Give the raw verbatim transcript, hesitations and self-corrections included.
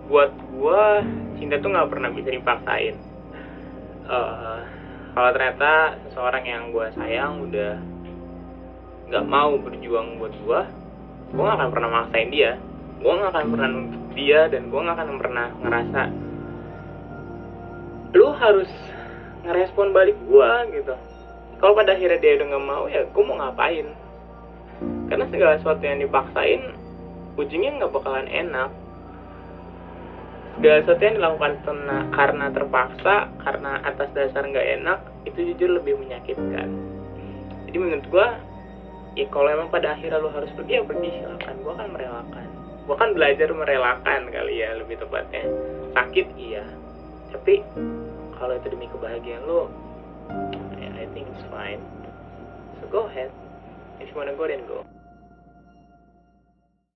buat gue cinta tuh nggak pernah bisa dipaksain. Uh, kalau ternyata seseorang yang gue sayang udah nggak mau berjuang buat gue, gue nggak akan pernah maksain dia. Gue nggak akan pernah nuntut dia, dan gue nggak akan pernah ngerasa lu harus ngerespon balik gue gitu. Kalau pada akhirnya dia udah nggak mau, ya gue mau ngapain? Karena segala sesuatu yang dipaksain ujungnya nggak bakalan enak. Segala sesuatu yang dilakukan karena terpaksa, karena atas dasar nggak enak, itu jujur lebih menyakitkan. Jadi menurut gue, ya kalau emang pada akhirnya lo harus pergi, ya pergi, silakan. Gue akan merelakan. Gue kan belajar merelakan kali ya, lebih tepatnya. Sakit iya, tapi kalau itu demi kebahagiaan lo, I think it's fine. So go ahead. If you wanna go, then go.